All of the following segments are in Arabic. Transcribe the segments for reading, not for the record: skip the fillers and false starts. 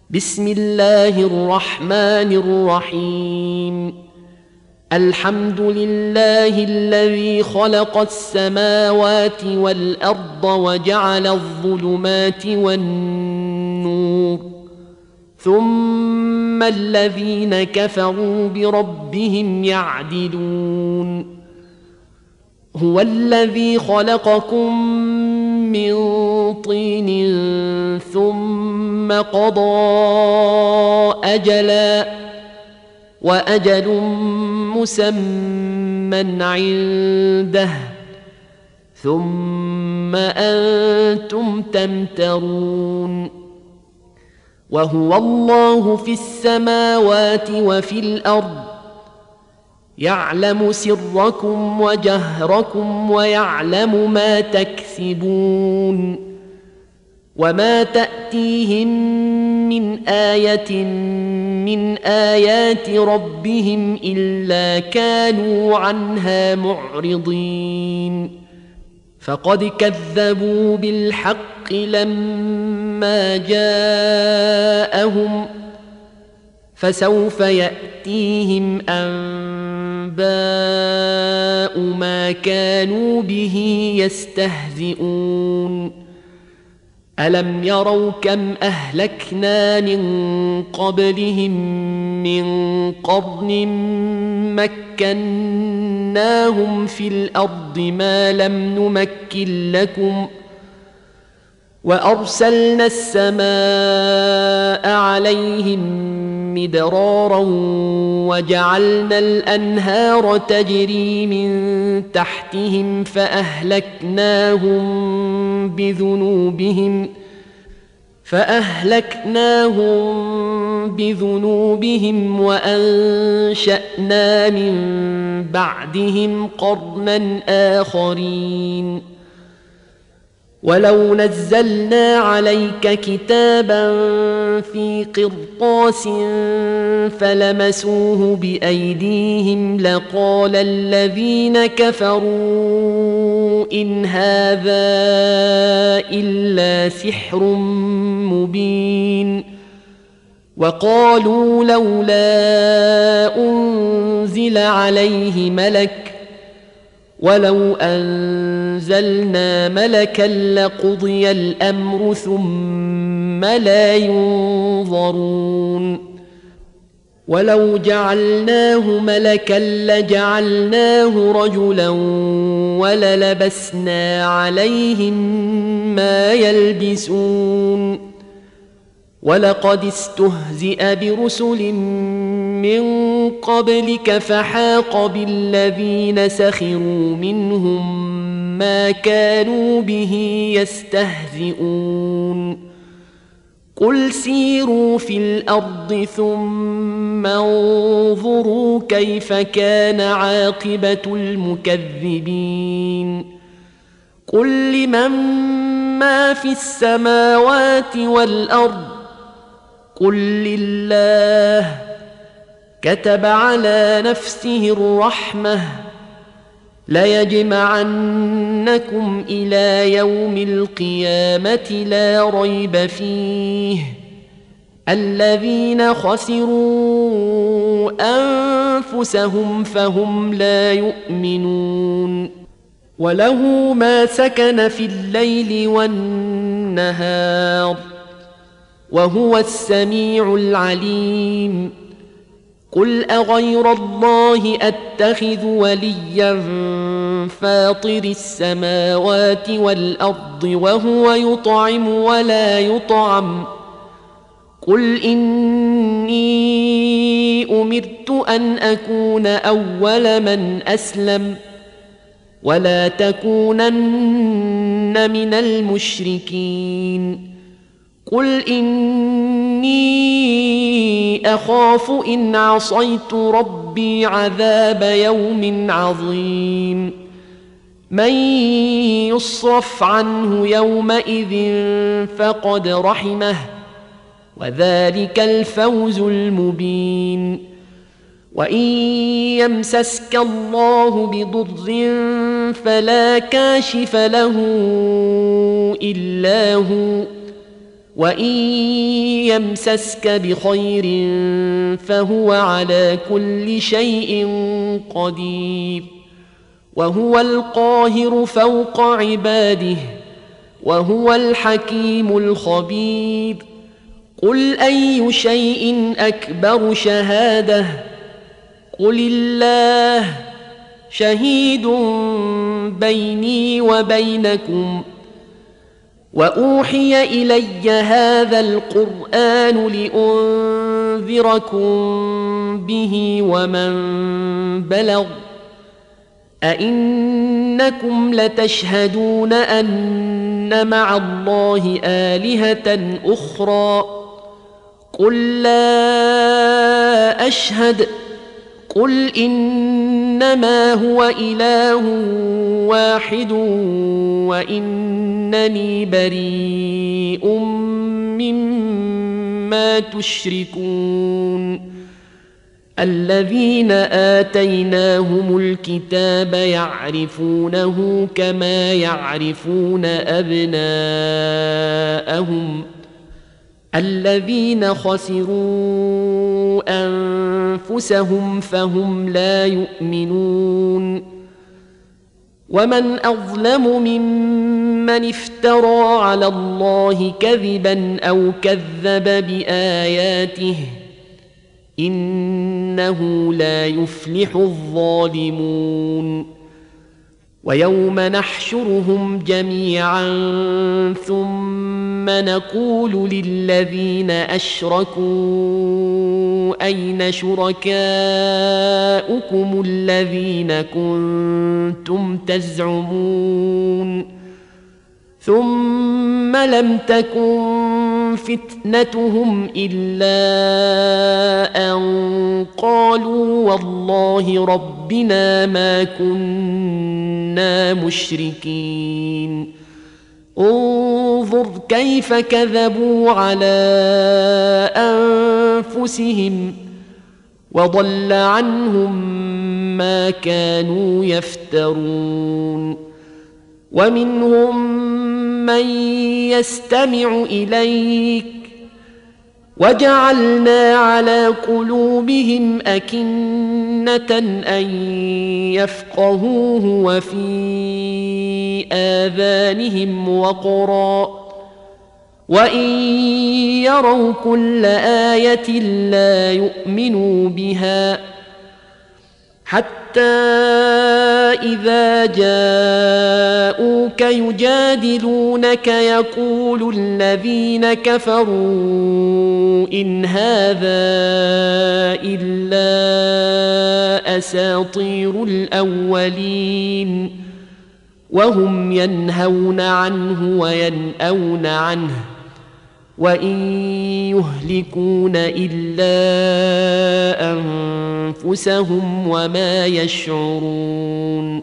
بسم الله الرحمن الرحيم. الحمد لله الذي خلق السماوات والأرض وجعل الظلمات والنور، ثم الذين كفروا بربهم يعدلون. هو الذي خلقكم من طين ثم قضى أجلا وأجل مسمى عنده ثم أنتم تمترون. وهو الله في السماوات وفي الأرض، يعلم سركم وجهركم ويعلم ما تكسبون. وما تأتيهم من آية من آيات ربهم إلا كانوا عنها معرضين. فقد كذبوا بالحق لما جاءهم، فسوف يأتيهم أنباء ما كانوا به يستهزئون. ألم يروا كم أهلكنا من قبلهم من قرن مكناهم في الأرض ما لم نمكن لكم، وأرسلنا السماء عليهم مدرارا وجعلنا الأنهار تجري من تحتهم فأهلكناهم بذنوبهم وأنشأنا من بعدهم قرنا آخرين. ولو نزلنا عليك كتابا في قرطاس فلمسوه بأيديهم لقال الذين كفروا إن هذا إلا سحر مبين. وقالوا لولا أنزل عليه ملك، ولو أنزلنا ملكا لقضي الأمر ثم لا ينظرون. ولو جعلناه ملكا لجعلناه رجلا وللبسنا عليهم ما يلبسون. ولقد استهزئ برسل من قبلك فحاق بالذين سخروا منهم ما كانوا به يستهزئون. قل سيروا في الأرض ثم انظروا كيف كان عاقبة المكذبين. قل لمن ما في السماوات والأرض، قل لله. كتب على نفسه الرحمة ليجمعنكم إلى يوم القيامة لا ريب فيه. الذين خسروا أنفسهم فهم لا يؤمنون. وله ما سكن في الليل والنهار وهو السميع العليم. قل أغير الله أتخذ وليا فاطر السماوات والأرض وهو يطعم ولا يطعم. قل إني أمرت أن أكون أول من أسلم ولا تكونن من المشركين. قل إني أخاف إن عصيت ربي عذاب يوم عظيم. من يصرف عنه يومئذ فقد رحمه وذلك الفوز المبين. وإن يمسسك الله بضر فلا كاشف له إلا هو وإن يمسسك بخير فهو على كل شيء قدير وهو القاهر فوق عباده وهو الحكيم الخبير قل أي شيء أكبر شهادة قل الله شهيد بيني وبينكم وأوحي إلي هذا القرآن لأنذركم به ومن بلغ أئنكم لتشهدون أن مع الله آلهة أخرى قل لا أشهد قل إنما هو إله واحد وإنني بريء مما تشركون الذين آتيناهم الكتاب يعرفونه كما يعرفون أبناءهم الذين خسروا أنفسهم فهم لا يؤمنون ومن أظلم ممن افترى على الله كذبا أو كذب بآياته إنه لا يفلح الظالمون ويوم نحشرهم جميعا ثم نقول للذين أشركوا أين شركاؤكم الذين كنتم تزعمون ثم لم تكن فتنتهم إلا أن قالوا والله ربنا ما كنا مشركين انظر كيف كذبوا على أنفسهم وضل عنهم ما كانوا يفترون ومنهم من يستمع إليك وجعلنا على قلوبهم أكنة أن يفقهوه وفي آذانهم وقرا وإن يروا كل آية لا يؤمنوا بها حتى إذا جاءوك يجادلونك يقول الذين كفروا إن هذا إلا أساطير الأولين وهم ينهون عنه وينأون عنه وإن يهلكون إلا أنفسهم وما يشعرون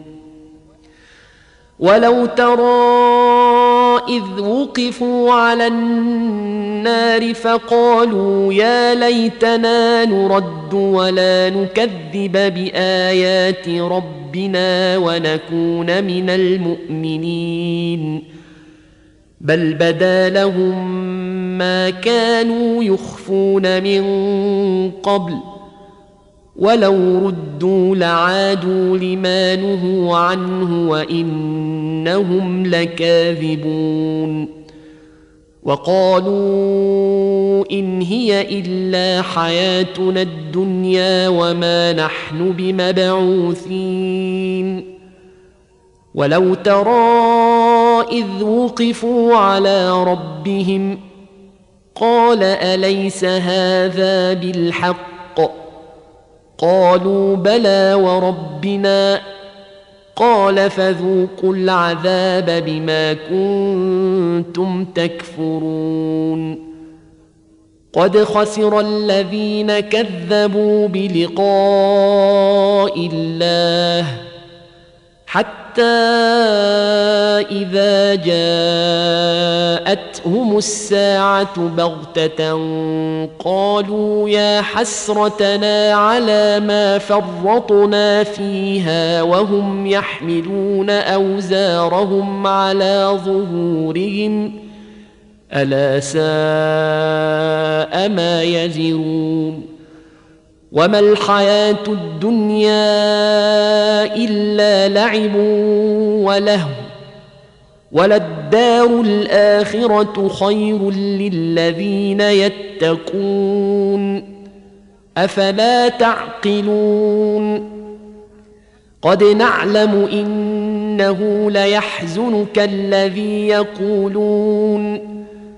ولو ترى إذ وقفوا على النار فقالوا يا ليتنا نرد ولا نكذب بآيات ربنا ونكون من المؤمنين بل بدا لهم ما كانوا يخفون من قبل ولو ردوا لعادوا لما نهوا عنه وإنهم لكاذبون وقالوا إن هي إلا حياتنا الدنيا وما نحن بمبعوثين ولو ترى إذ وقفوا على ربهم قال أليس هذا بالحق قالوا بلى وربنا قال فذوقوا العذاب بما كنتم تكفرون قد خسر الذين كذبوا بلقاء الله حتى إذا جاءتهم الساعة بغتة قالوا يا حسرتنا على ما فرطنا فيها وهم يحملون أوزارهم على ظهورهم ألا ساء ما يزرون وما الحياة الدنيا إلا لعب ولهو وللدار الآخرة خير للذين يتقون أفلا تعقلون قد نعلم إنه ليحزنك الذي يقولون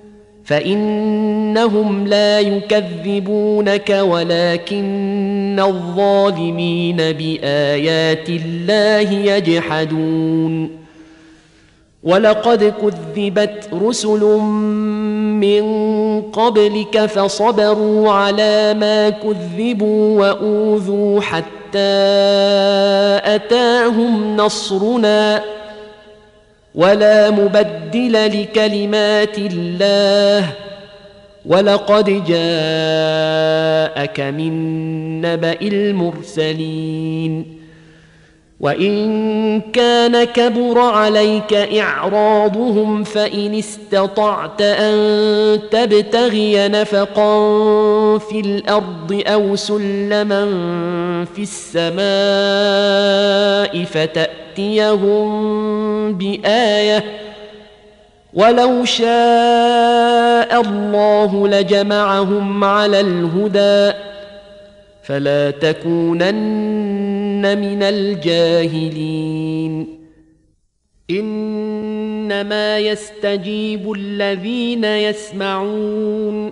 فإنهم لا يكذبونك ولكن الظالمين بآيات الله يجحدون ولقد كذبت رسل من قبلك فصبروا على ما كذبوا وأوذوا حتى أتاهم نصرنا ولا مبدل لكلمات الله ولقد جاءك من نبأ المرسلين وإن كان كبر عليك إعراضهم فإن استطعت أن تبتغي نفقا في الأرض أو سلما في السماء فتأتيهم بآية ولو شاء الله لجمعهم على الهدى فلا تكونن من الجاهلين إنما يستجيب الذين يسمعون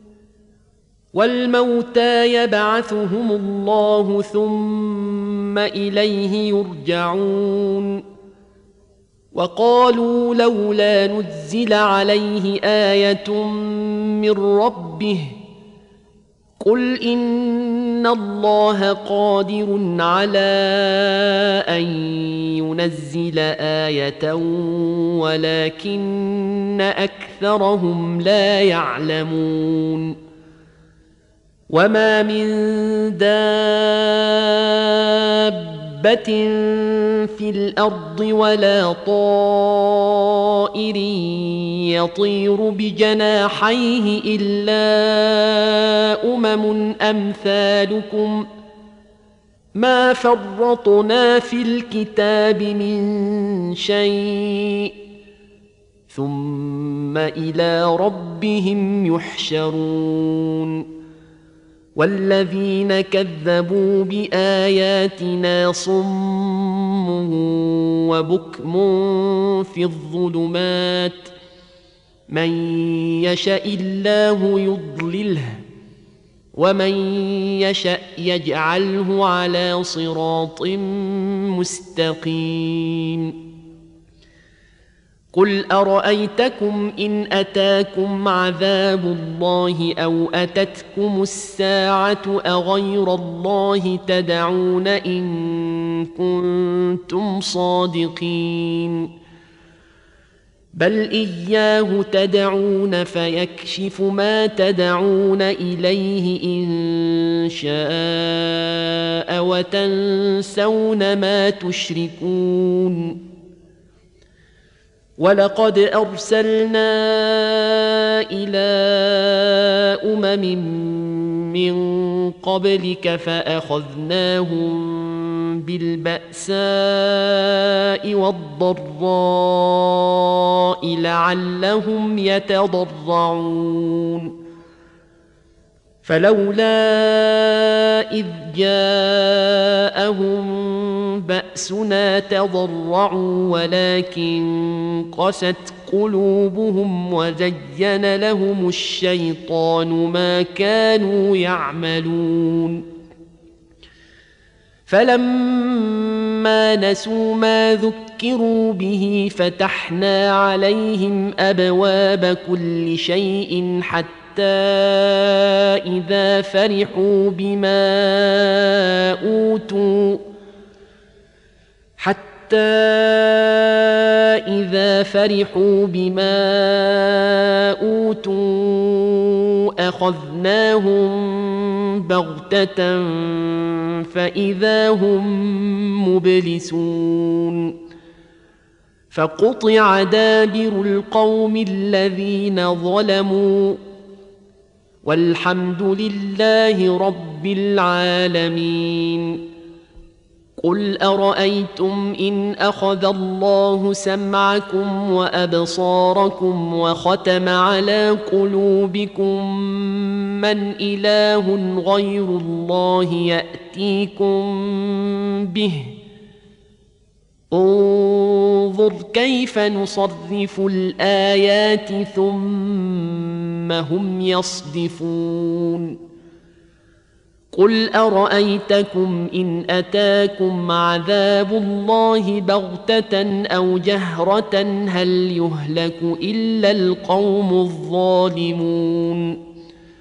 والموتى يبعثهم الله ثم إليه يرجعون وقالوا لولا نزل عليه آية من ربه قل إن الله قادر على أن ينزل آية ولكن أكثرهم لا يعلمون وما من دابة في الأرض ولا طائر يطير بجناحيه إلا أمم أمثالكم ما فرطنا في الكتاب من شيء ثم إلى ربهم يحشرون والذين كذبوا بآياتنا صم وبكم في الظلمات من يشاء الله يضلله ومن يشاء يجعله على صراط مستقيم قل أرأيتكم إن أتاكم عذاب الله أو أتتكم الساعة أغير الله تدعون إن كنتم صادقين بل إياه تدعون فيكشف ما تدعون إليه إن شاء وتنسون ما تشركون ولقد أرسلنا إلى أمم من قبلك فأخذناهم بالبأساء والضراء لعلهم يتضرعون فلولا إذ جاءهم بأسنا تضرعوا ولكن قست قلوبهم وزين لهم الشيطان ما كانوا يعملون فلما نسوا ما ذكروا به فتحنا عليهم أبواب كل شيء حتى إذا فرحوا بما أوتوا أخذناهم بغتة فإذا هم مبلسون فقطع دابر القوم الذين ظلموا والحمد لله رب العالمين. قل أرأيتم إن أخذ الله سمعكم وأبصاركم وختم على قلوبكم من إله غير الله يأتيكم به؟ انظر كيف نصرف الآيات ثم هم يصدفون. قل أرأيتكم إن أتاكم عذاب الله بغتة أو جهرة هل يهلك إلا القوم الظالمون؟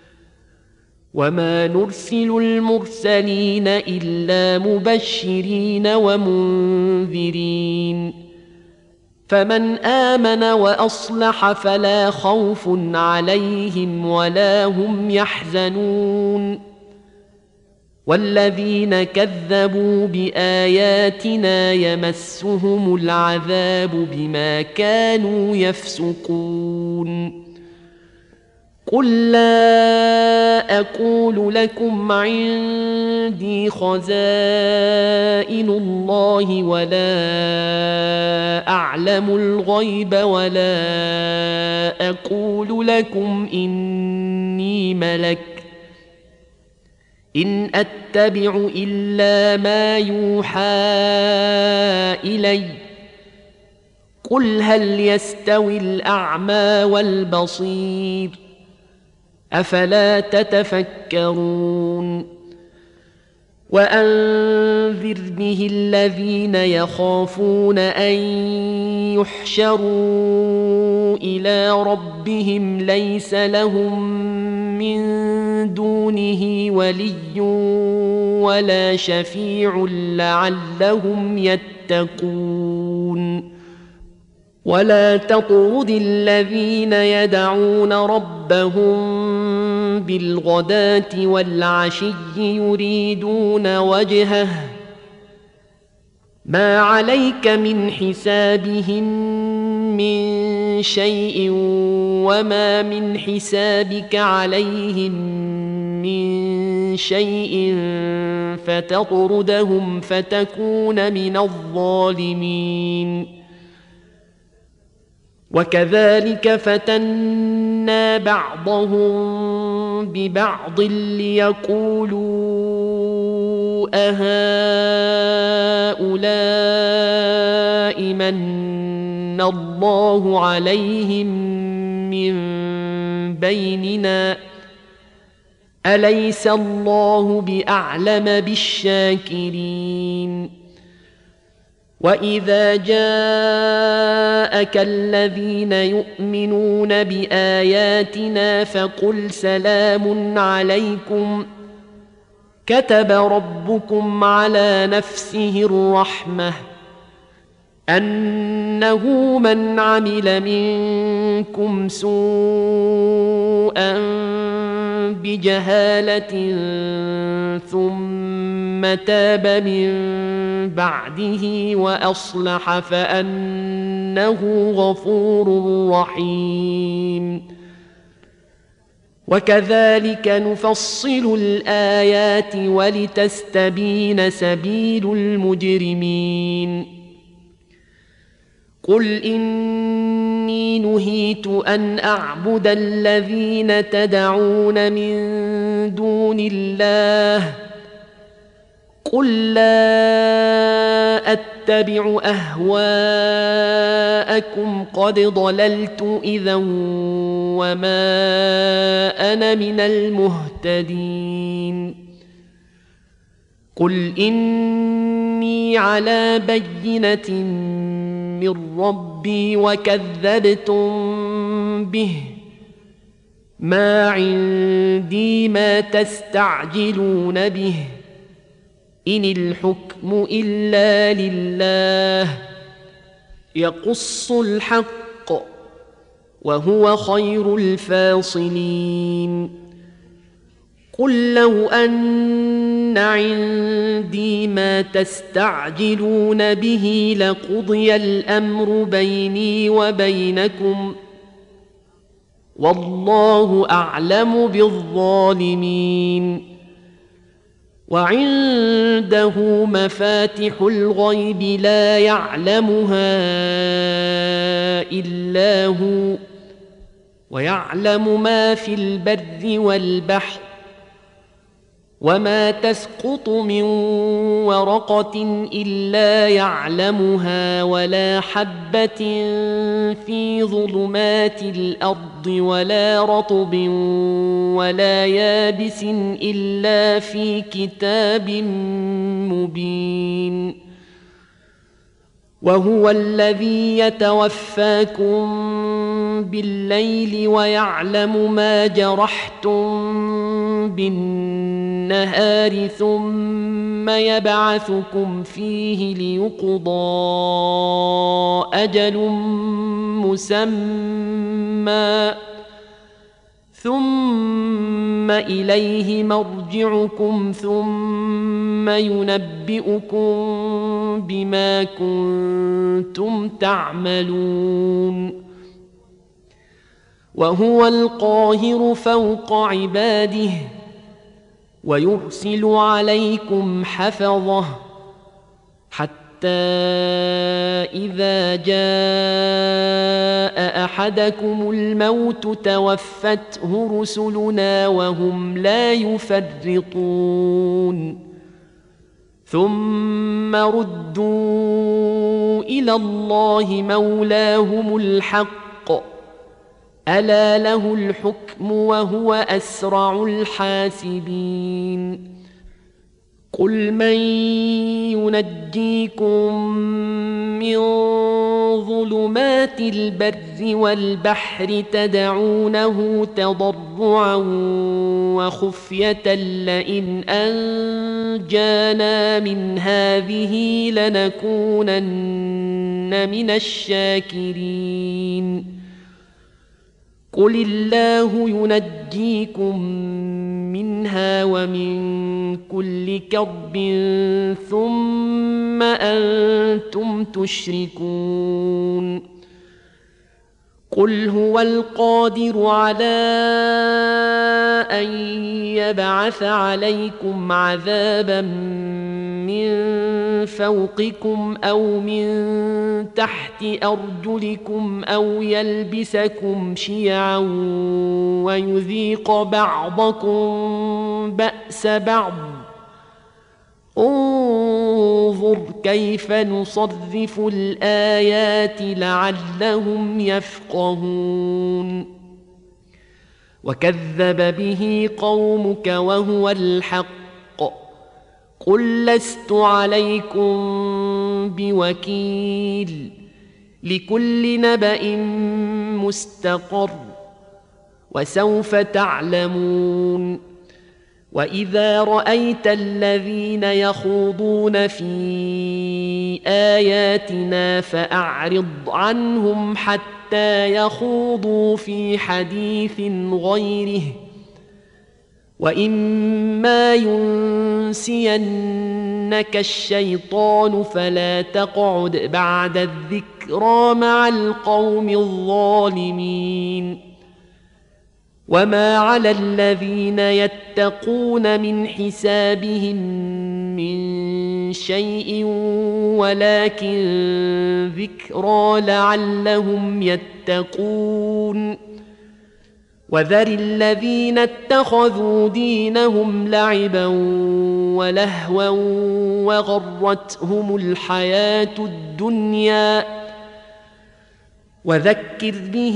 وما نرسل المرسلين إلا مبشرين ومنذرين، فمن آمن وأصلح فلا خوف عليهم ولا هم يحزنون. والذين كذبوا بآياتنا يمسهم العذاب بما كانوا يفسقون. قل لا أقول لكم عندي خزائن الله ولا أعلم الغيب ولا أقول لكم إني ملك، إن أتبع إلا ما يوحى إلي. قل هل يستوي الأعمى والبصير أفلا تتفكرون. وأنذر به الذين يخافون أن يحشروا إلى ربهم ليس لهم من دونه ولي ولا شفيع لعلهم يتقون. ولا تطرد الذين يدعون ربهم بالغداة والعشي يريدون وجهه ما عليك من حسابهم من شيء وما من حسابك عليهم من شيء فتطردهم فتكون من الظالمين. وكذلك فتنا بعضهم ببعض ليقولوا أهؤلاء من الله عليهم من بيننا أليس الله بأعلم بالشاكرين. وإذا جاءك الذين يؤمنون بآياتنا فقل سلام عليكم كتب ربكم على نفسه الرحمة أنه من عمل منكم سوءا بجهالة ثم تاب من بعده وأصلح فأنه غفور رحيم. وكذلك نفصل الآيات ولتستبين سبيل المجرمين. قل إني نهيت أن أعبد الذين تدعون من دون الله قل لا أتبع أهواءكم قد ضللت إذا وما أنا من المهتدين. قل إني على بينة من ربي وكذبتم به ما عندي ما تستعجلون به إن الحكم إلا لله يقص الحق وهو خير الفاصلين. قل لو أن عندي ما تستعجلون به لقضي الأمر بيني وبينكم والله أعلم بالظالمين وعنده مفاتح الغيب لا يعلمها إلا هو ويعلم ما في البر والبحر وما تسقط من ورقة إلا يعلمها ولا حبة في ظلمات الأرض ولا رطب ولا يابس إلا في كتاب مبين وهو الذي يتوفاكم بالليل ويعلم ما جرحتم بالنهار ثم يبعثكم فيه ليقضى أجل مسمى ثم إليه مرجعكم ثم ينبئكم بما كنتم تعملون وهو القاهر فوق عباده ويرسل عليكم حفظه حتى إذا جاء أحدكم الموت توفته رسلنا وهم لا يفرطون ثم ردوا إلى الله مولاهم الحق ألا له الحكم وهو أسرع الحاسبين قل من ينجيكم من ظلمات البر والبحر تدعونه تضرعا وخفية لئن أنجانا من هذه لنكونن من الشاكرين قل الله ينجيكم منها ومن كل كرب ثم أنتم تشركون قل هو القادر على أن يبعث عليكم عذابا من فوقكم أو من تحت أرجلكم أو يلبسكم شيعا ويذيق بعضكم بأس بعض انظر كيف نصرف الآيات لعلهم يفقهون وكذب به قومك وهو الحق قل لست عليكم بوكيل لكل نبأ مستقر وسوف تعلمون وإذا رأيت الذين يخوضون في آياتنا فأعرض عنهم حتى يخوضوا في حديث غيره وإما ينسينك الشيطان فلا تقعد بعد الذكرى مع القوم الظالمين وما على الذين يتقون من حسابهم من شيء ولكن ذكرى لعلهم يتقون وذر الذين اتخذوا دينهم لعبا ولهوا وغرتهم الحياة الدنيا وذكر به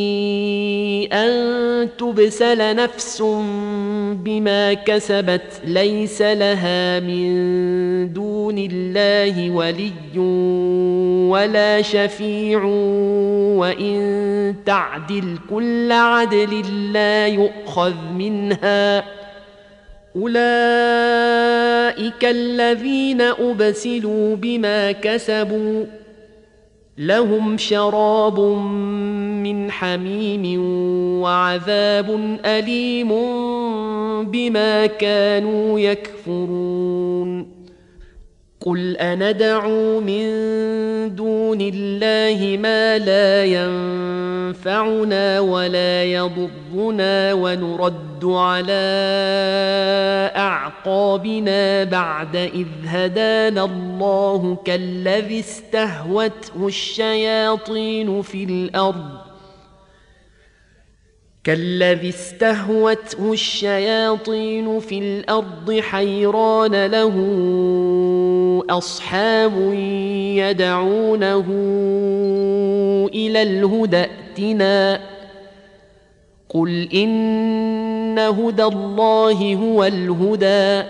أن تبسل نفس بما كسبت ليس لها من دون الله ولي ولا شفيع وإن تعدل كل عدل لا يؤخذ منها أولئك الذين أبسلوا بما كسبوا لهم شراب من حميم وعذاب أليم بما كانوا يكفرون قل أندعو من دون الله ما لا ينفعنا ولا يضرنا ونرد على أعقابنا بعد إذ هدانا الله كالذي استهوته الشياطين في الأرض حيران له أصحاب يدعونه إلى الهدى ائتنا قل إن هدى الله هو الهدى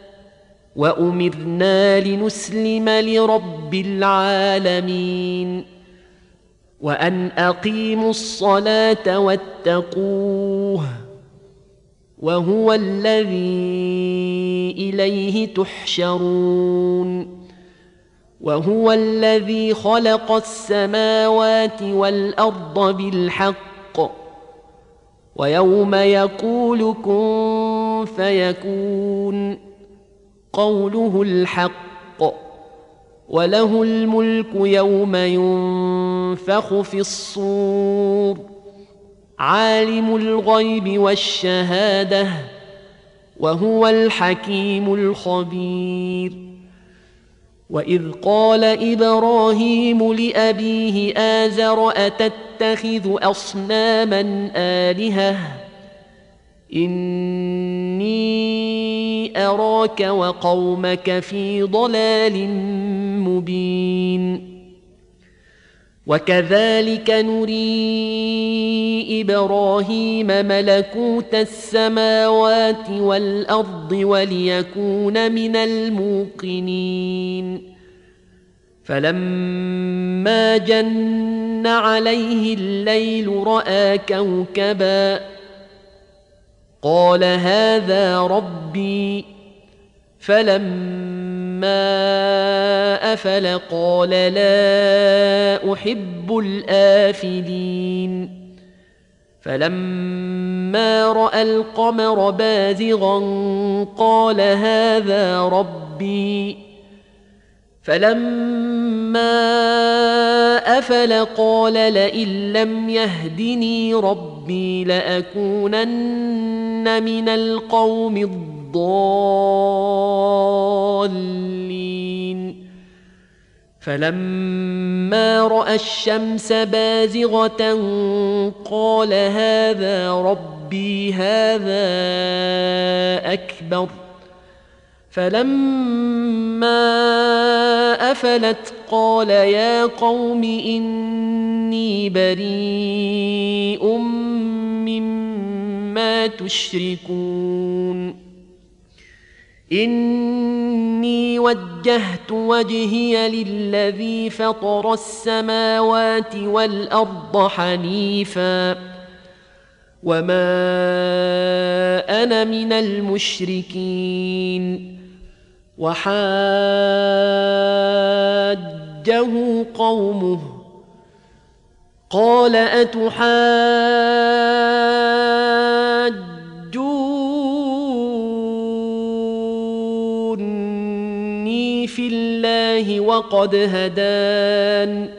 وأمرنا لنسلم لرب العالمين وأن أقيموا الصلاة واتقوه وهو الذي إليه تحشرون وهو الذي خلق السماوات والأرض بالحق ويوم يقول كن فيكون قوله الحق وله الملك يوم ينفخ في الصور عالم الغيب والشهادة وهو الحكيم الخبير وإذ قال إبراهيم لأبيه آزر أتتخذ أصناما آلهة إني أراك وقومك في ضلال مبين وكذلك نري إبراهيم ملكوت السماوات والأرض وليكون من الموقنين فلما جن عليه الليل رأى كوكبا قال هذا ربي فلما أفل قال لا أحب الآفلين فلما رأى القمر بازغا قال هذا ربي فلما أفل قال لئن لم يهدني ربي لأكونن من القوم الضالين فلما رأى الشمس بازغة قال هذا ربي هذا أكبر فلما أفلت قال يا قوم إني بريء مما تشركون إني وجهت وجهي للذي فطر السماوات والأرض حنيفا وما أنا من المشركين وحاجه قومه قال أتحاجوني في الله وقد هدان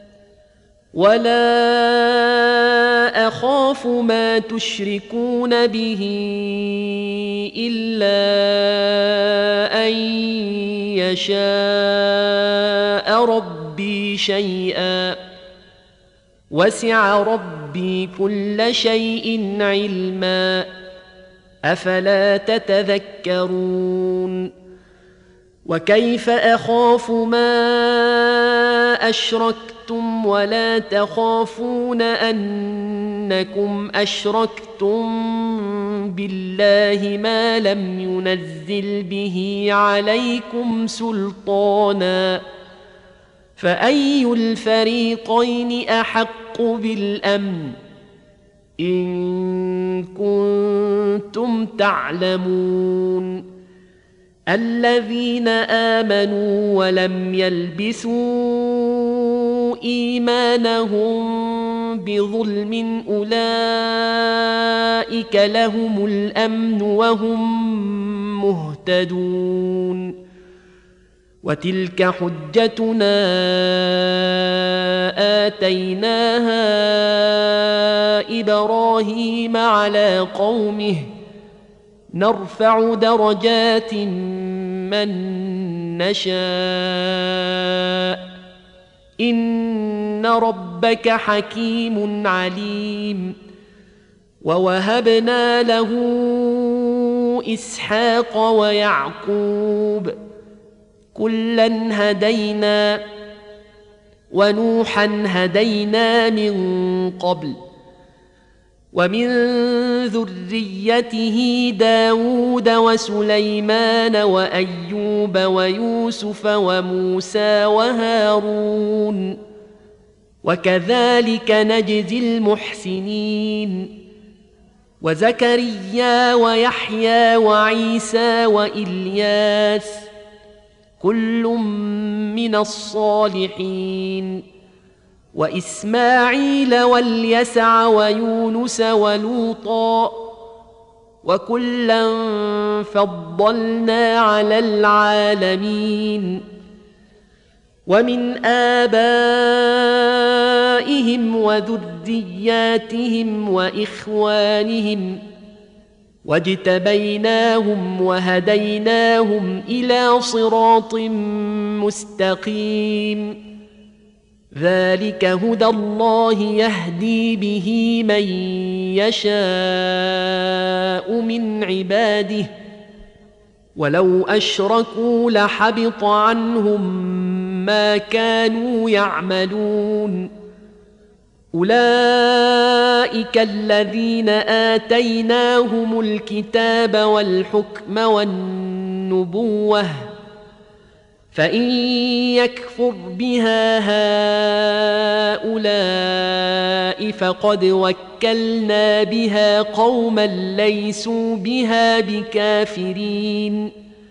ولا أخاف ما تشركون به إلا أن يشاء ربي شيئا وسع ربي كل شيء علما أفلا تتذكرون وكيف أخاف ما أشركتم ولا تخافون أنكم أشركتم بالله ما لم ينزل به عليكم سلطانا فأي الفريقين أحق بالأمن إن كنتم تعلمون الذين آمنوا ولم يلبسوا إيمانهم بظلم أولئك أولئك لهم الأمن وهم مهتدون وتلك حجتنا آتيناها إبراهيم على قومه نرفع درجات من نشاء إن ربك حكيم عليم ووهبنا له إسحاق ويعقوب كلا هدينا ونوحا هدينا من قبل ومن ذريته داود وسليمان وأيوب ويوسف وموسى وهارون وكذلك نجزي المحسنين وزكريا ويحيى وعيسى وإلياس كل من الصالحين وإسماعيل واليسع ويونس ولوطا وكلا فضلنا على العالمين ومن آبائهم وذرياتهم وإخوانهم واجتبيناهم وهديناهم إلى صراط مستقيم ذلك هدى الله يهدي به من يشاء من عباده ولو أشركوا لحبط عنهم ما كانوا يعملون أولئك الذين آتيناهم الكتاب والحكم والنبوة فإن يكفر بها هؤلاء فقد وكلنا بها قوما ليسوا بها بكافرين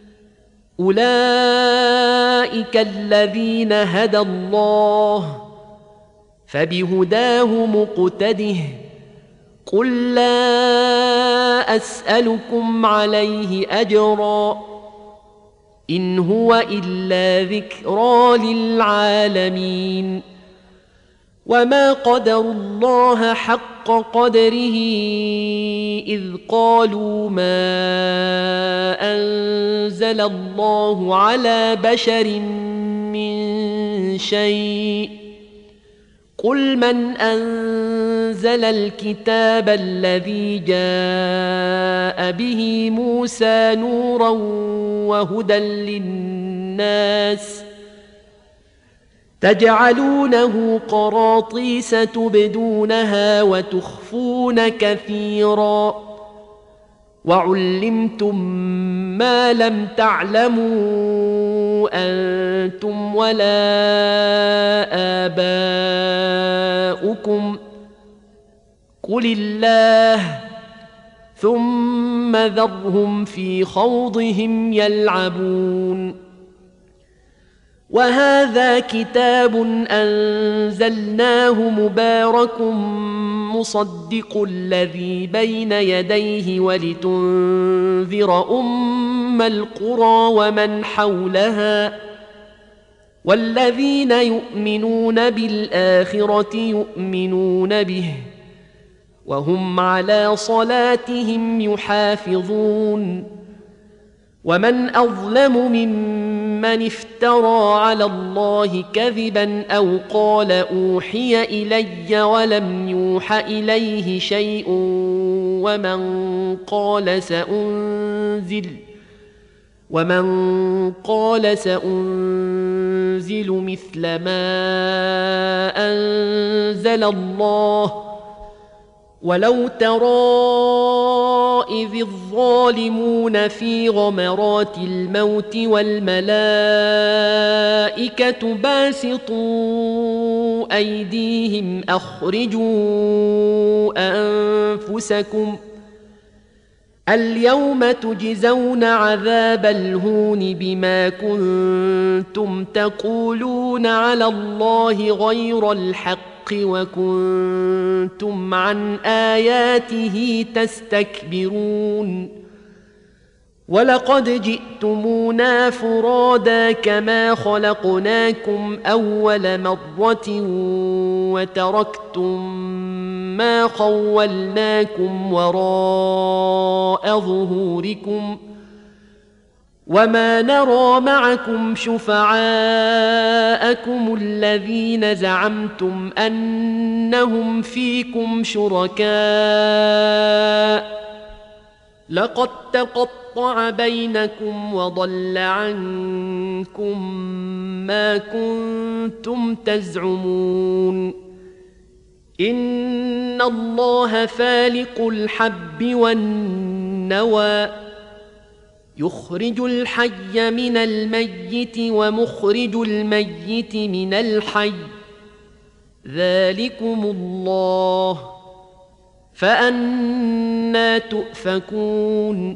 أولئك الذين هدى الله فبهداه مقتده قل لا أسألكم عليه أجرا إن هو إلا ذكرى للعالمين وما قدروا الله حق قدره إذ قالوا ما أنزل الله على بشر من شيء قل من أنزل الكتاب الذي جاء به موسى نورا وهدى للناس تجعلونه قراطيس تبدونها وتخفون كثيرا وعلمتم ما لم تعلموا أنتم ولا آباؤكم قل الله ثم ذرهم في خوضهم يلعبون وهذا كتاب أنزلناه مبارك مصدق الذي بين يديه ولتنذر أم القرى ومن حولها والذين يؤمنون بالآخرة يؤمنون به وهم على صلاتهم يحافظون ومن أظلم ممن افترى على الله كذبا أو قال أوحي إلي ولم يوح إليه شيء ومن قال سأنزل مثل ما أنزل الله ولو ترى إذ الظالمون في غمرات الموت والملائكة باسطوا أيديهم أخرجوا أنفسكم اليوم تجزون عذاب الهون بما كنتم تقولون على الله غير الحق وكنتم عن آياته تستكبرون ولقد جئتمونا فرادا كما خلقناكم أول مرة وتركتم ما خولناكم وراء ظهوركم وما نرى معكم شفعاءكم الذين زعمتم أنهم فيكم شركاء لقد تقطع بينكم وضل عنكم ما كنتم تزعمون إن الله فالق الحب والنوى يخرج الحي من الميت ومخرج الميت من الحي ذلكم الله فأنى تؤفكون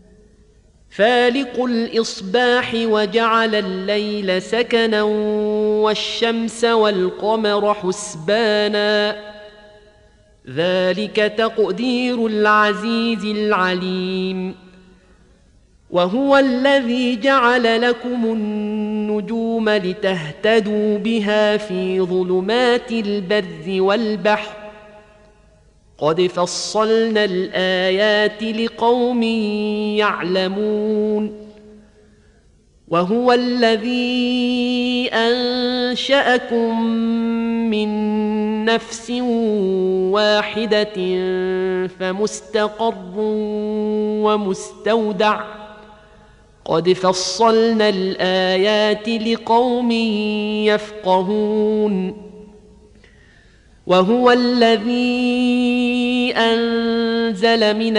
فالق الإصباح وجعل الليل سكنا والشمس والقمر حسبانا ذلك تقدير العزيز العليم وهو الذي جعل لكم النجوم لتهتدوا بها في ظلمات البر والبحر قد فصلنا الآيات لقوم يعلمون وهو الذي أنشأكم من نفس واحدة فمستقر ومستودع قد فصلنا الآيات لقوم يفقهون وهو الذي أنزل من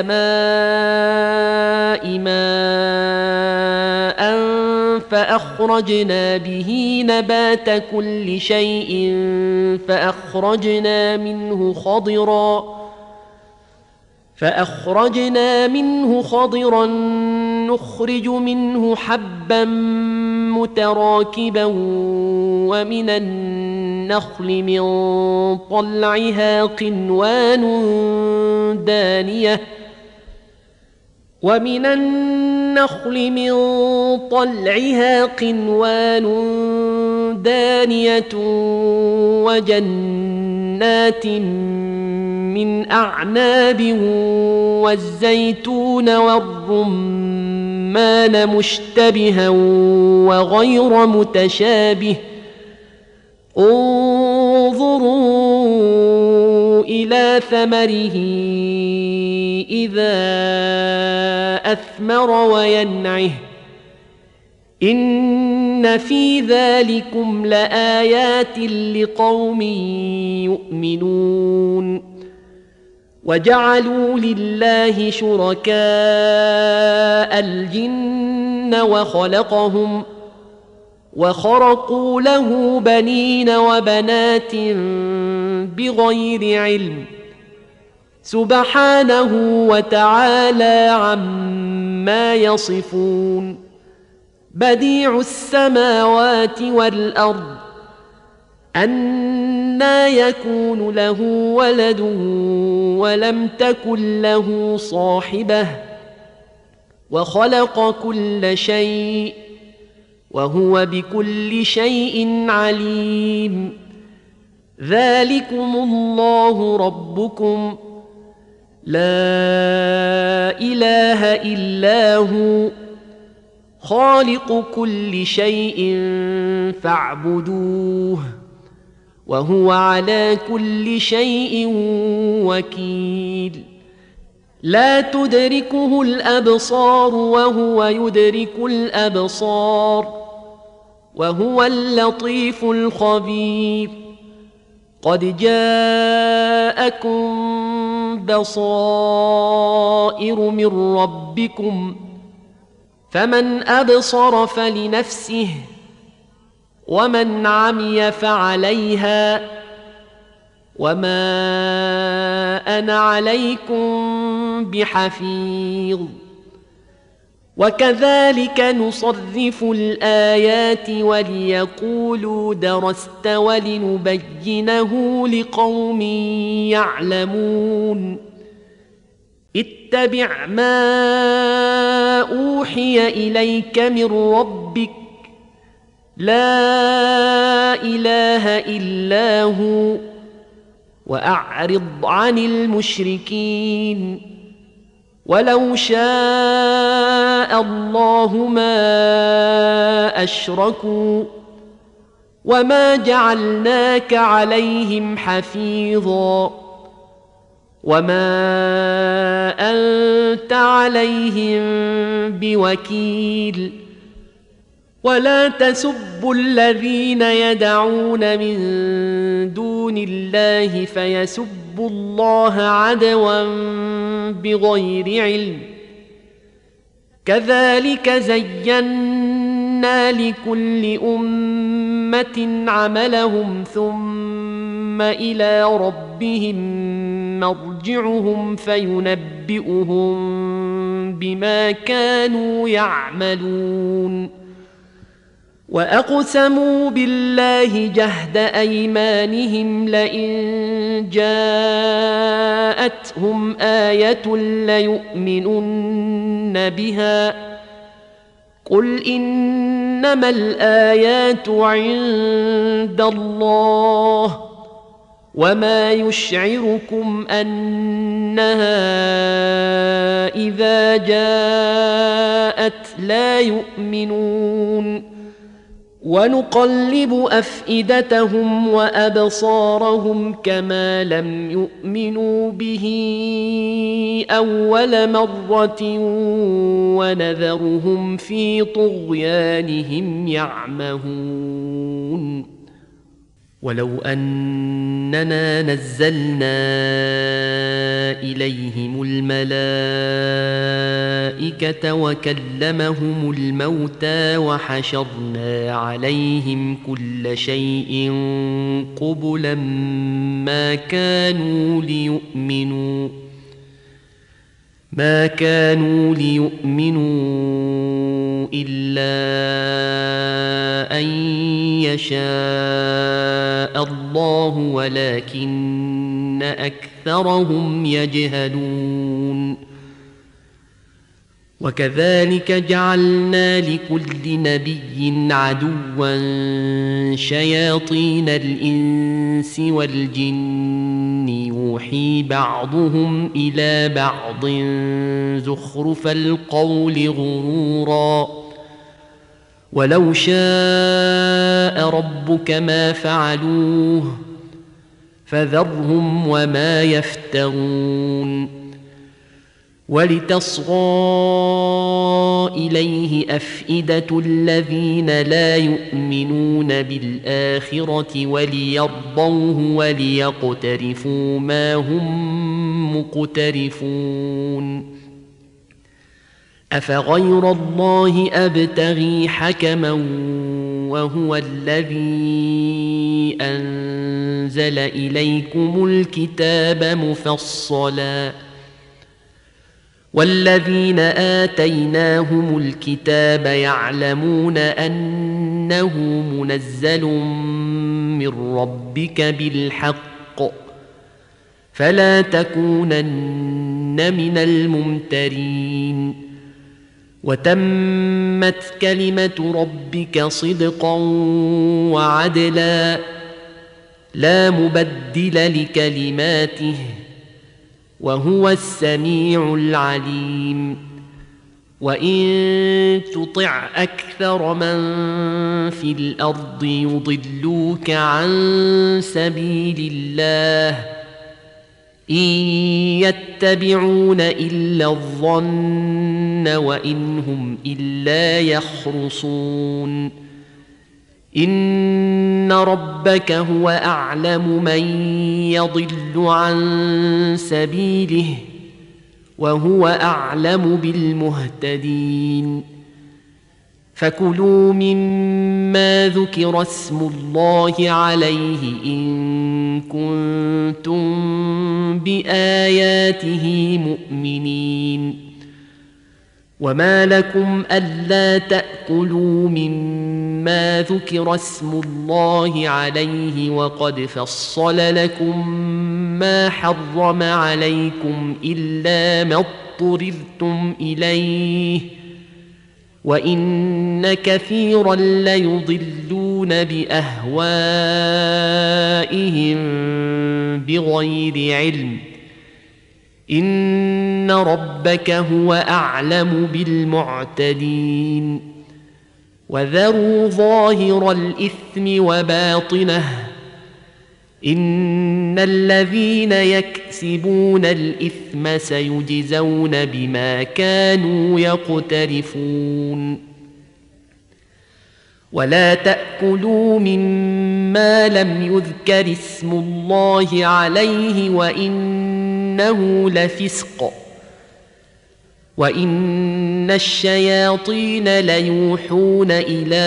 السماء ماء فأخرجنا به نبات كل شيء فأخرجنا منه خضرا نخرج منه حبا متراكبا ومن النخل من طلعها قنوان دانية وجنات من أعناب والزيتون والرمان مشتبها وغير متشابه انظروا إلى ثمره إذا أثمر وينعه إن في ذلكم لآيات لقوم يؤمنون وجعلوا لله شركاء الجن وخرقوا له بنين وبنات بغير علم سبحانه وتعالى عما يصفون بديع السماوات والأرض أنى يكون له ولد ولم تكن له صاحبة وخلق كل شيء وهو بكل شيء عليم ذلكم الله ربكم لا إله إلا هو خالق كل شيء فاعبدوه وهو على كل شيء وكيل لا تدركه الأبصار وهو يدرك الأبصار وهو اللطيف الخبير قد جاءكم بصائر من ربكم فمن أبصر فلنفسه ومن عمي فعليها وما أنا عليكم بحفيظ وكذلك نصرف الآيات وليقولوا درست ولنبينه لقوم يعلمون اتبع ما أوحي إليك من ربك لا إله إلا هو وأعرض عن المشركين ولو شاء الله ما أشركوا وما جعلناك عليهم حفيظا وما أنت عليهم بوكيل ولا تسبوا الذين يدعون من دون الله فيسبوا الله عدوا بغير علم كذلك زينا لكل أمة عملهم ثم إلى ربهم مرجعهم فينبئهم بما كانوا يعملون وأقسموا بالله جهد أيمانهم لئن جاءتهم آية ليؤمنن بها قل إنما الآيات عند الله وما يشعركم أنها إذا جاءت لا يؤمنون ونقلب أفئدتهم وأبصارهم كما لم يؤمنوا به أول مرة ونذرهم في طغيانهم يعمهون ولو أننا نزلنا إليهم الملائكة وكلمهم الموتى وحشرنا عليهم كل شيء قبلا ما كانوا ليؤمنوا إلا أن يشاء الله ولكن أكثرهم يجهلون وكذلك جعلنا لكل نبي عدوا شياطين الإنس والجن يوحي بعضهم إلى بعض زخرف القول غرورا ولو شاء ربك ما فعلوه فذرهم وما يفترون ولتصغى إليه أفئدة الذين لا يؤمنون بالآخرة وليرضوه وليقترفوا ما هم مقترفون أفغير الله أبتغي حكما وهو الذي أنزل إليكم الكتاب مفصلا والذين آتيناهم الكتاب يعلمون أنه منزل من ربك بالحق فلا تكونن من الممترين وتمت كلمة ربك صدقا وعدلا لا مبدل لكلماته وهو السميع العليم وإن تطع أكثر من في الأرض يضلوك عن سبيل الله إن يتبعون إلا الظن وإن هم إلا يخرصون إن ربك هو أعلم من يضل عن سبيله وهو أعلم بالمهتدين فكلوا مما ذكر اسم الله عليه إن كنتم بآياته مؤمنين وما لكم ألا تأكلوا مما ذكر اسم الله عليه وقد فصل لكم ما حرم عليكم إلا ما اضطررتم إليه وإن كثيرا ليضلون بأهوائهم بغير علم إن ربك هو أعلم بالمعتدين وذروا ظاهر الإثم وباطنه إن الذين يكسبون الإثم سيجزون بما كانوا يقترفون ولا تأكلوا مما لم يذكر اسم الله عليه وإنه لفسق وإن الشياطين ليوحون إلى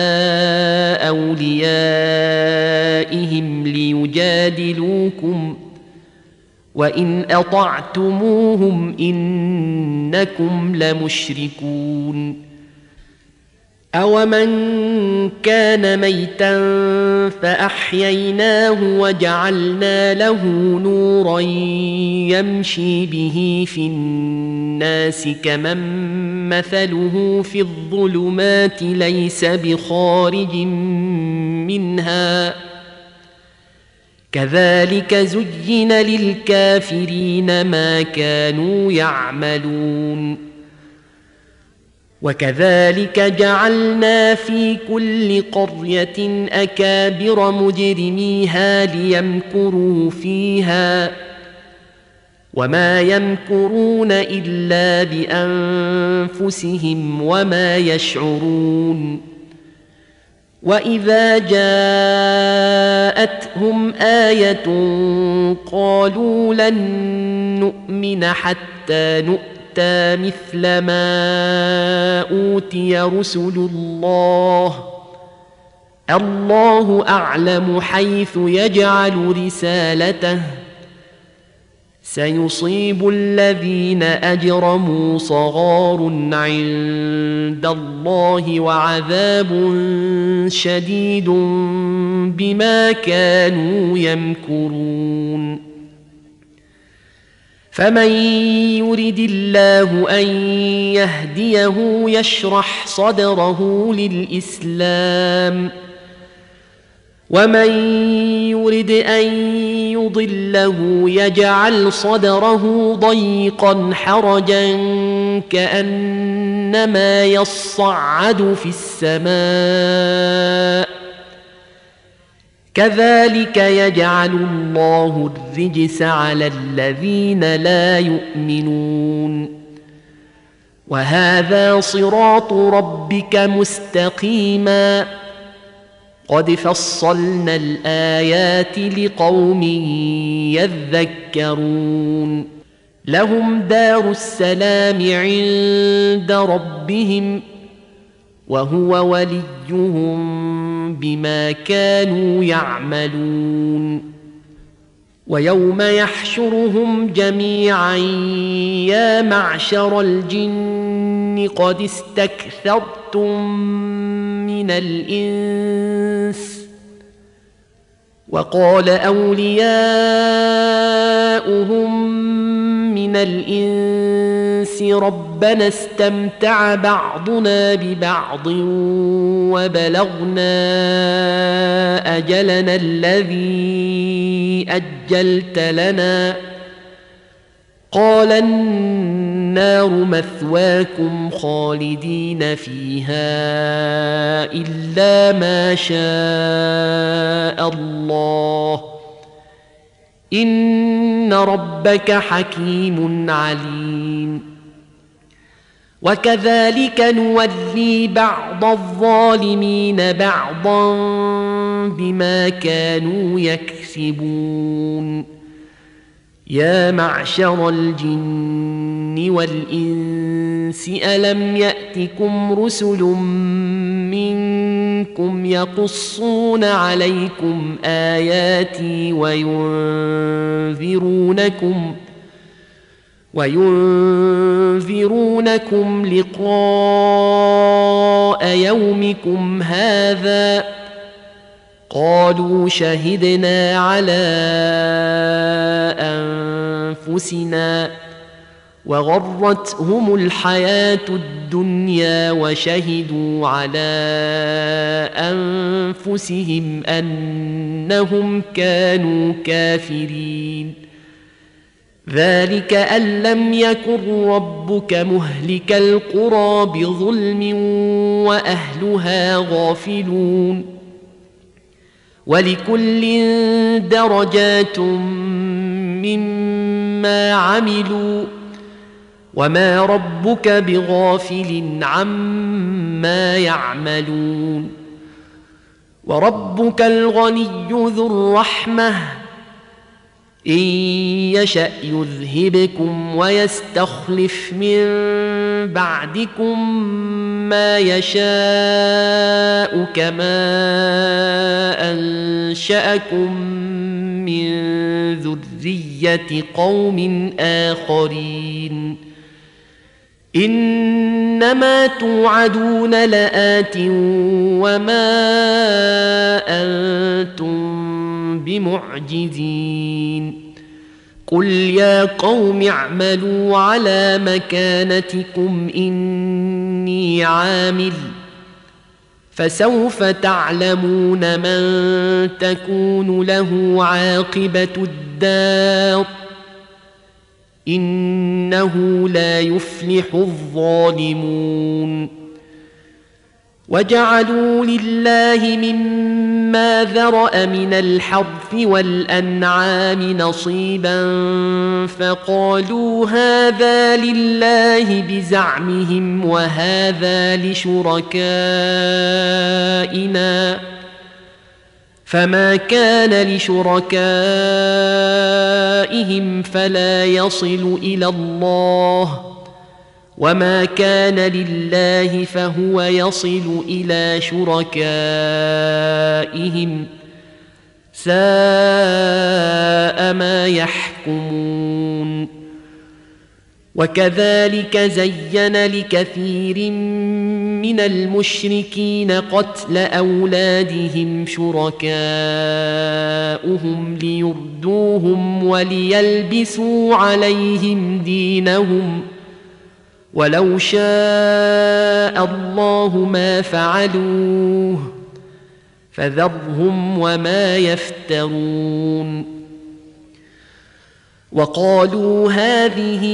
أوليائهم ليجادلوكم وإن أطعتموهم إنكم لمشركون أومن كان ميتا فأحييناه وجعلنا له نورا يمشي به في الناس كمن مثله في الظلمات ليس بخارج منها كذلك زين للكافرين ما كانوا يعملون وكذلك جعلنا في كل قرية أكابر مجرميها ليمكروا فيها وما يمكرون إلا بأنفسهم وما يشعرون وإذا جاءتهم آية قالوا لن نؤمن حتى نؤمن مثل ما أوتي رسل الله الله أعلم حيث يجعل رسالته سيصيب الذين أجرموا صغار عند الله وعذاب شديد بما كانوا يمكرون فمن يرد الله أن يهديه يشرح صدره للإسلام ومن يرد أن يضله يجعل صدره ضيقا حرجا كأنما يصعد في السماء كذلك يجعل الله الرجس على الذين لا يؤمنون وهذا صراط ربك مستقيما قد فصلنا الآيات لقوم يذكرون لهم دار السلام عند ربهم وهو وليهم بما كانوا يعملون ويوم يحشرهم جميعا يا معشر الجن قد استكثرتم من الإنس وقال أولياؤهم من الإنس ربنا استمتع بعضنا ببعض وبلغنا أجلنا الذي أجلت لنا قال النار مثواكم خالدين فيها إلا ما شاء الله إن ربك حكيم عليم وكذلك نولي بعض الظالمين بعضا بما كانوا يكسبون يا معشر الجن والإنس ألم يأتكم رسل منكم يقصون عليكم وينذرونكم لقاء يومكم هذا قالوا شهدنا على أنفسنا وغرتهم الحياة الدنيا وشهدوا على أنفسهم أنهم كانوا كافرين ذلك أن لم يكن ربك مهلك القرى بظلم وأهلها غافلون ولكل درجات مما عملوا وما ربك بغافل عما يعملون وربك الغني ذو الرحمة إن يشأ يذهبكم ويستخلف من بعدكم ما يشاء كما أنشأكم من ذرية قوم آخرين إنما توعدون لآت وما أنتم بمعجزين قل يا قوم اعملوا على مكانتكم إني عامل فسوف تعلمون من تكون له عاقبة الدار إنه لا يفلح الظالمون وجعلوا لله مما ذرأ من الحرث والأنعام نصيبا فقالوا هذا لله بزعمهم وهذا لشركائنا فما كان لشركائهم فلا يصل إلى الله وما كان لله فهو يصل إلى شركائهم ساء ما يحكمون وكذلك زين لكثير من المشركين قتل أولادهم شركاؤهم ليردوهم وليلبسوا عليهم دينهم ولو شاء الله ما فعلوه فذرهم وما يفترون وقالوا هذه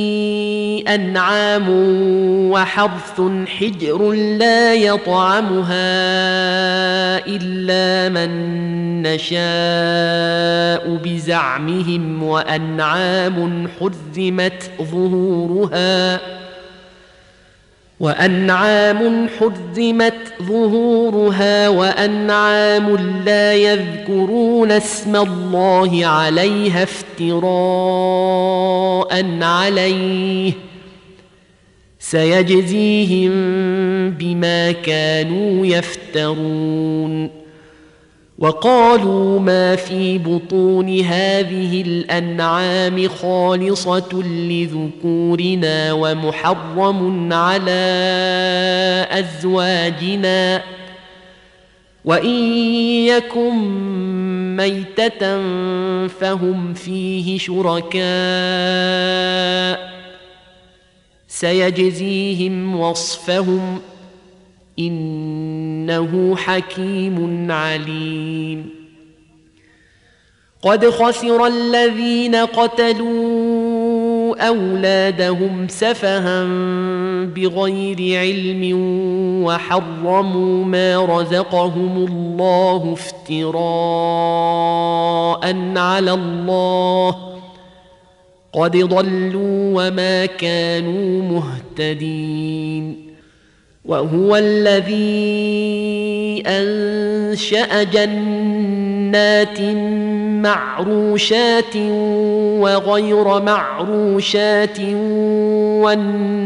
أنعام وحرث حجر لا يطعمها إلا من نشاء بزعمهم وأنعام حرمت ظهورها وأنعام لا يذكرون اسم الله عليها افتراء عليه سيجزيهم بما كانوا يفترون وقالوا ما في بطون هذه الأنعام خالصة لذكورنا ومحرم على أزواجنا وإن يكن ميتة فهم فيه شركاء سيجزيهم وصفهم إنه حكيم عليم قد خسر الذين قتلوا أولادهم سفها بغير علم وحرموا ما رزقهم الله افتراء على الله قد ضلوا وما كانوا مهتدين وهو الذي أنشأ جنات معروشات وغير معروشات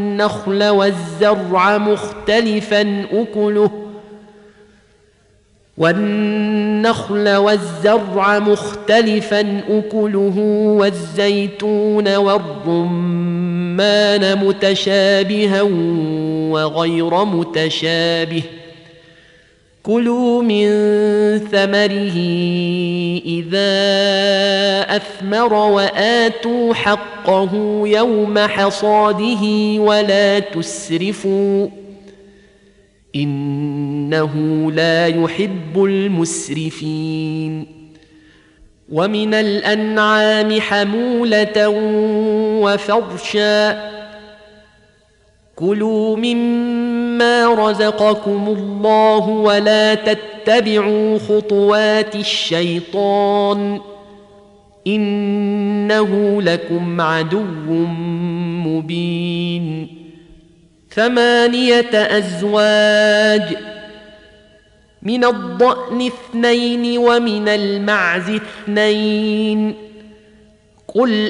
والنخل والزرع مختلفا أكله والنخل والزرع مختلفا أكله والزيتون والرمان متشابها وغير متشابه كلوا من ثمره إذا أثمر وآتوا حقه يوم حصاده ولا تسرفوا إنه لا يحب المسرفين ومن الأنعام حمولة وفرشا كلوا مما رزقكم الله ولا تتبعوا خطوات الشيطان إنه لكم عدو مبين 8 أزواج من الضأن 2 ومن المعز 2 قل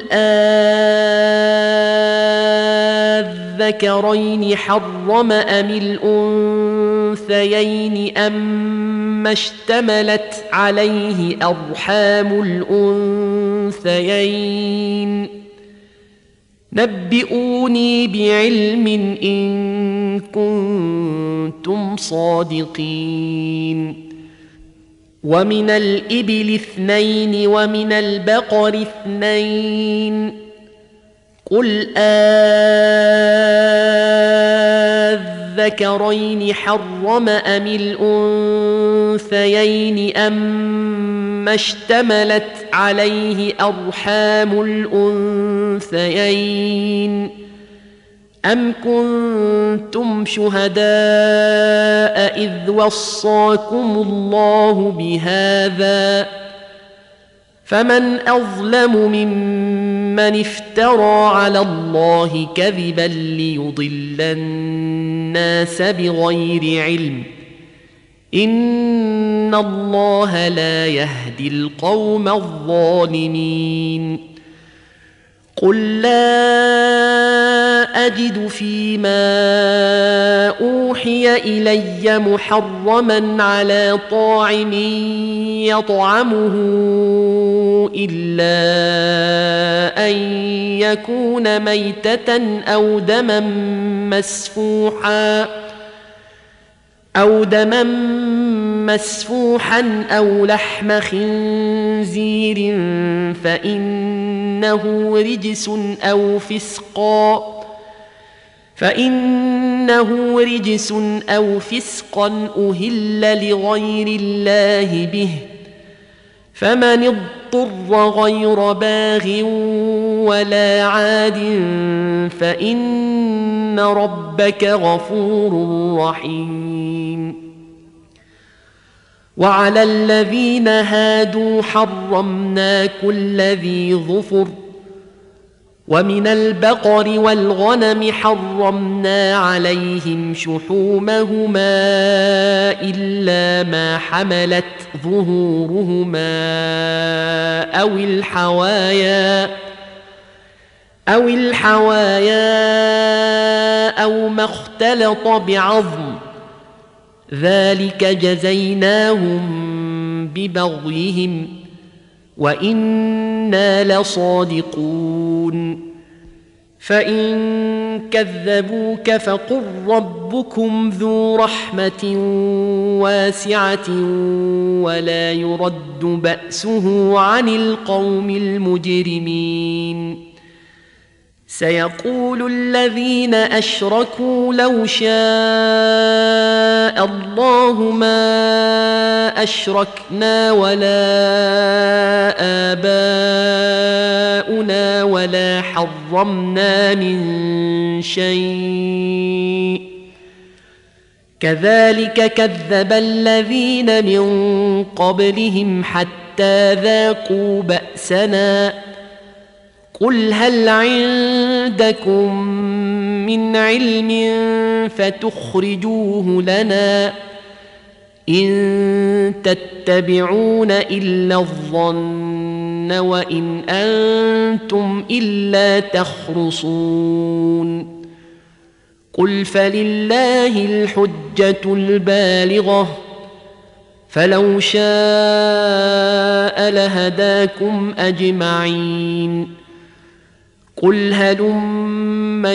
أذكرين حرم أم الأنثيين أما اشتملت عليه أرحام الأنثيين نبئوني بعلم إن كنتم صادقين ومن الإبل 2 ومن البقر 2 قل أذكرين حرم أم الأنثيين أما اشتملت عليه أرحام الأنثيين أم كنتم شهداء إذ وصاكم الله بهذا فمن أظلم ممن افترى على الله كذبا ليضل الناس بغير علم إن الله لا يهدي القوم الظالمين قل لا أجد فيما أوحي إلي محرما على طاعم يطعمه إلا أن يكون ميتة أو دما مسفوحا أو لحم خنزير فإنه رجس أو فسقا أهل لغير الله به فمن اضطر غير باغ ولا عاد فإن ربك غفور رحيم وعلى الذين هادوا حرمنا كل ذي ظفر ومن البقر والغنم حرمنا عليهم شحومهما إلا ما حملت ظهورهما أو الحوايا أو ما اختلط بعظم ذلك جزيناهم ببغيهم وإنا لصادقون فإن كذبوك فقل ربكم ذو رحمة واسعة ولا يرد بأسه عن القوم المجرمين سيقول الذين أشركوا لو شاء الله ما أشركنا ولا آباؤنا ولا حرمنا من شيء كذلك كذب الذين من قبلهم حتى ذاقوا بأسنا قل هل عندكم من علم فتخرجوه لنا إن تتبعون إلا الظن وإن أنتم إلا تخرصون قل فلله الحجة البالغة فلو شاء لهداكم أجمعين قل هلم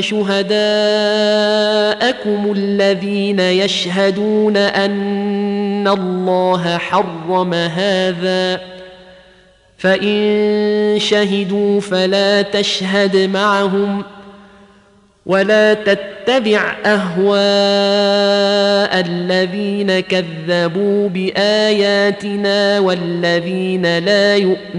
شهداءكم الذين يشهدون أن الله حرم هذا فإن شهدوا فلا تشهد معهم ولا تتبع أهواء الذين كذبوا بآياتنا والذين لا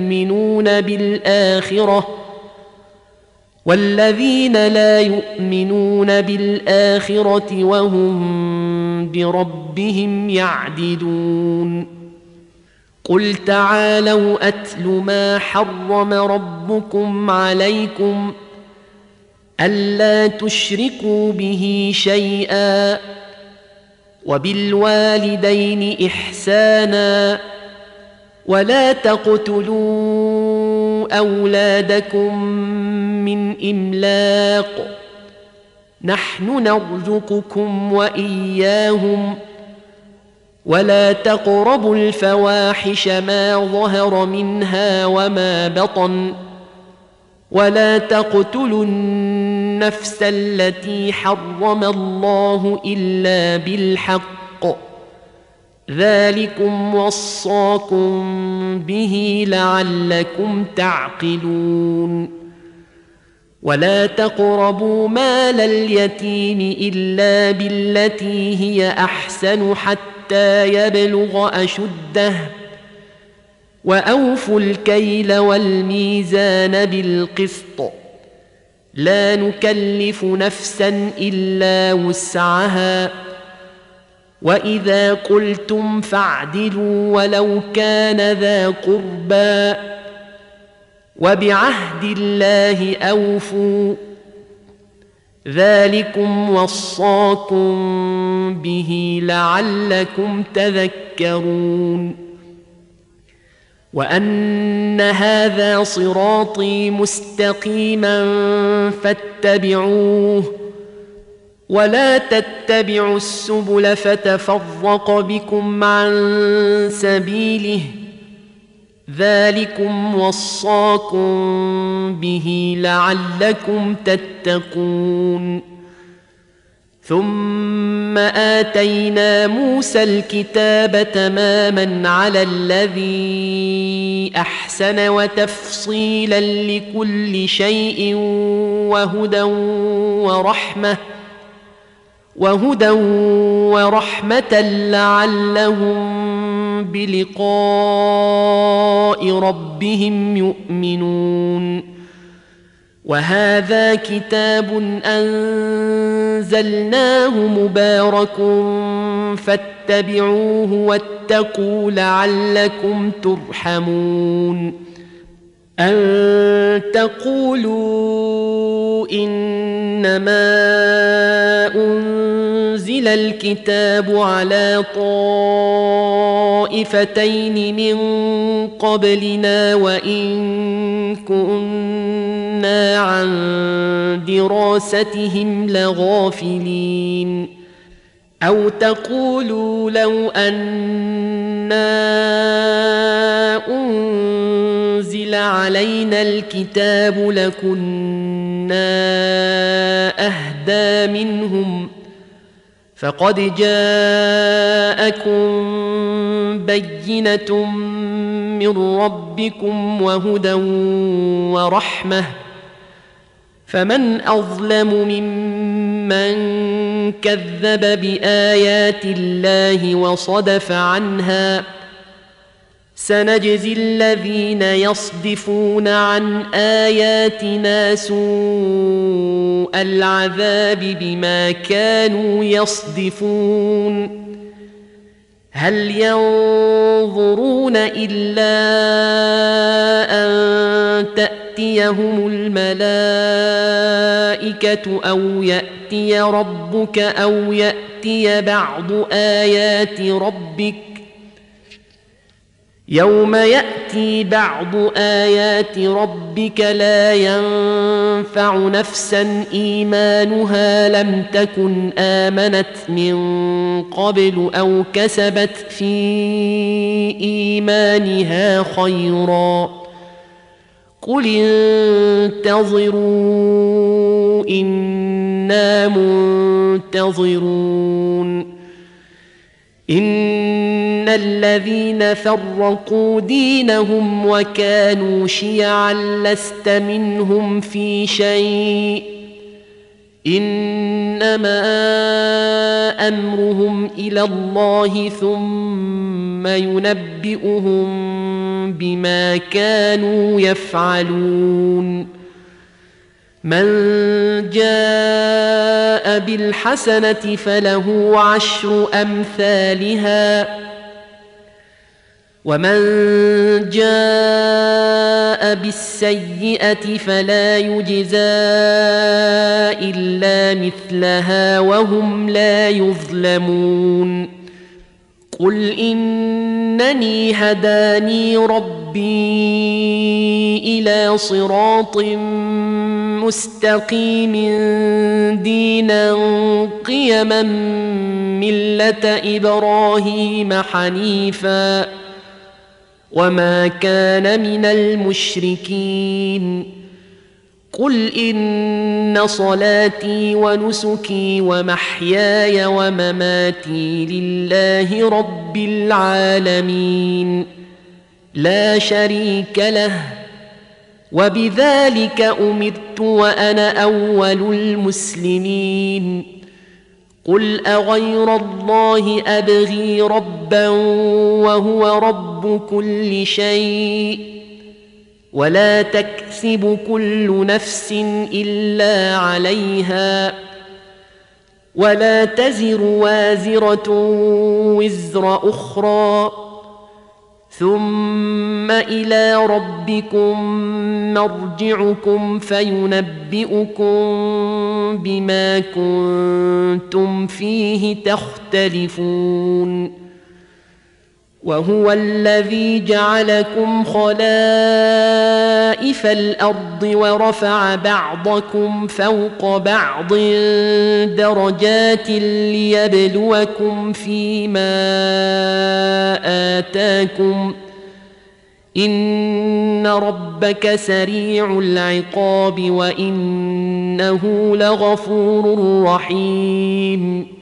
يؤمنون بالآخرة وهم بربهم يعدلون قل تعالوا أتل ما حرم ربكم عليكم ألا تشركوا به شيئا وبالوالدين إحسانا ولا تقتلوا أولادكم من إملاق نحن نرزقكم وإياهم ولا تقربوا الفواحش ما ظهر منها وما بطن ولا تقتلوا النفس التي حرم الله إلا بالحق ذلكم وصاكم به لعلكم تعقلون ولا تقربوا مال اليتيم إلا بالتي هي أحسن حتى يبلغ أشده وأوفوا الكيل والميزان بالقسط لا نكلف نفسا إلا وسعها وإذا قلتم فاعدلوا ولو كان ذا قربى وبعهد الله أوفوا ذلكم وصاكم به لعلكم تذكرون وأن هذا صراطي مستقيما فاتبعوه ولا تتبعوا السبل فتفرق بكم عن سبيله ذلكم وصاكم به لعلكم تتقون ثم آتينا موسى الكتاب تماما على الذي أحسن وتفصيلا لكل شيء وهدى ورحمة لعلهم بلقاء ربهم يؤمنون وهذا كتاب أنزلناه مبارك فاتبعوه واتقوا لعلكم ترحمون أن تقولوا إنما أنزل الكتاب على طائفتين من قبلنا وإن كنا عن دراستهم لغافلين أو تقولوا لو أنا أنزل علينا الكتاب لكنا أهدى منهم فقد جاءكم بينة من ربكم وهدى ورحمة فمن أظلم ممن كذب بآيات الله وصدف عنها سنجزي الذين يصدفون عن آياتنا سوء العذاب بما كانوا يصدفون هل ينظرون إلا أن تأتيهم الملائكة أو يأتي ربك أو يأتي بعض آيات ربك يوم يأتي بعض آيات ربك لا ينفع نفسا إيمانها لم تكن آمنت من قبل أو كسبت في إيمانها خيرا قل انتظروا إنا منتظرون إن الذين فرقوا دينهم وكانوا شيعا لست منهم في شيء إنما أمرهم إلى الله ثم ينبئهم بما كانوا يفعلون من جاء بالحسنة فله 10 أمثالها ومن جاء بالسيئة فلا يجزى إلا مثلها وهم لا يظلمون قل إنني هداني ربي إلى صراط مستقيم دينا قيما ملة إبراهيم حنيفا وما كان من المشركين قل إن صلاتي ونسكي ومحياي ومماتي لله رب العالمين لا شريك له وبذلك أمرت وأنا أول المسلمين قل أغير الله أبغي ربا وهو رب كل شيء ولا تكسب كل نفس إلا عليها ولا تزر وازرة وزر أخرى ثم إلى ربكم مرجعكم فينبئكم بما كنتم فيه تختلفون وهو الذي جعلكم خلائف الأرض ورفع بعضكم فوق بعض درجات ليبلوكم فيما آتاكم إن ربك سريع العقاب وإنه لغفور رحيم